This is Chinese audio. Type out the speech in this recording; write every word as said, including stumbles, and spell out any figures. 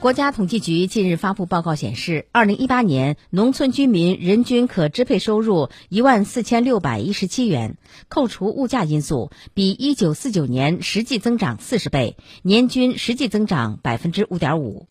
国家统计局近日发布报告显示，二零一八年农村居民人均可支配收入一万四千六百一十七元，扣除物价因素，比一九四九年实际增长四十倍，年均实际增长百分之五点五。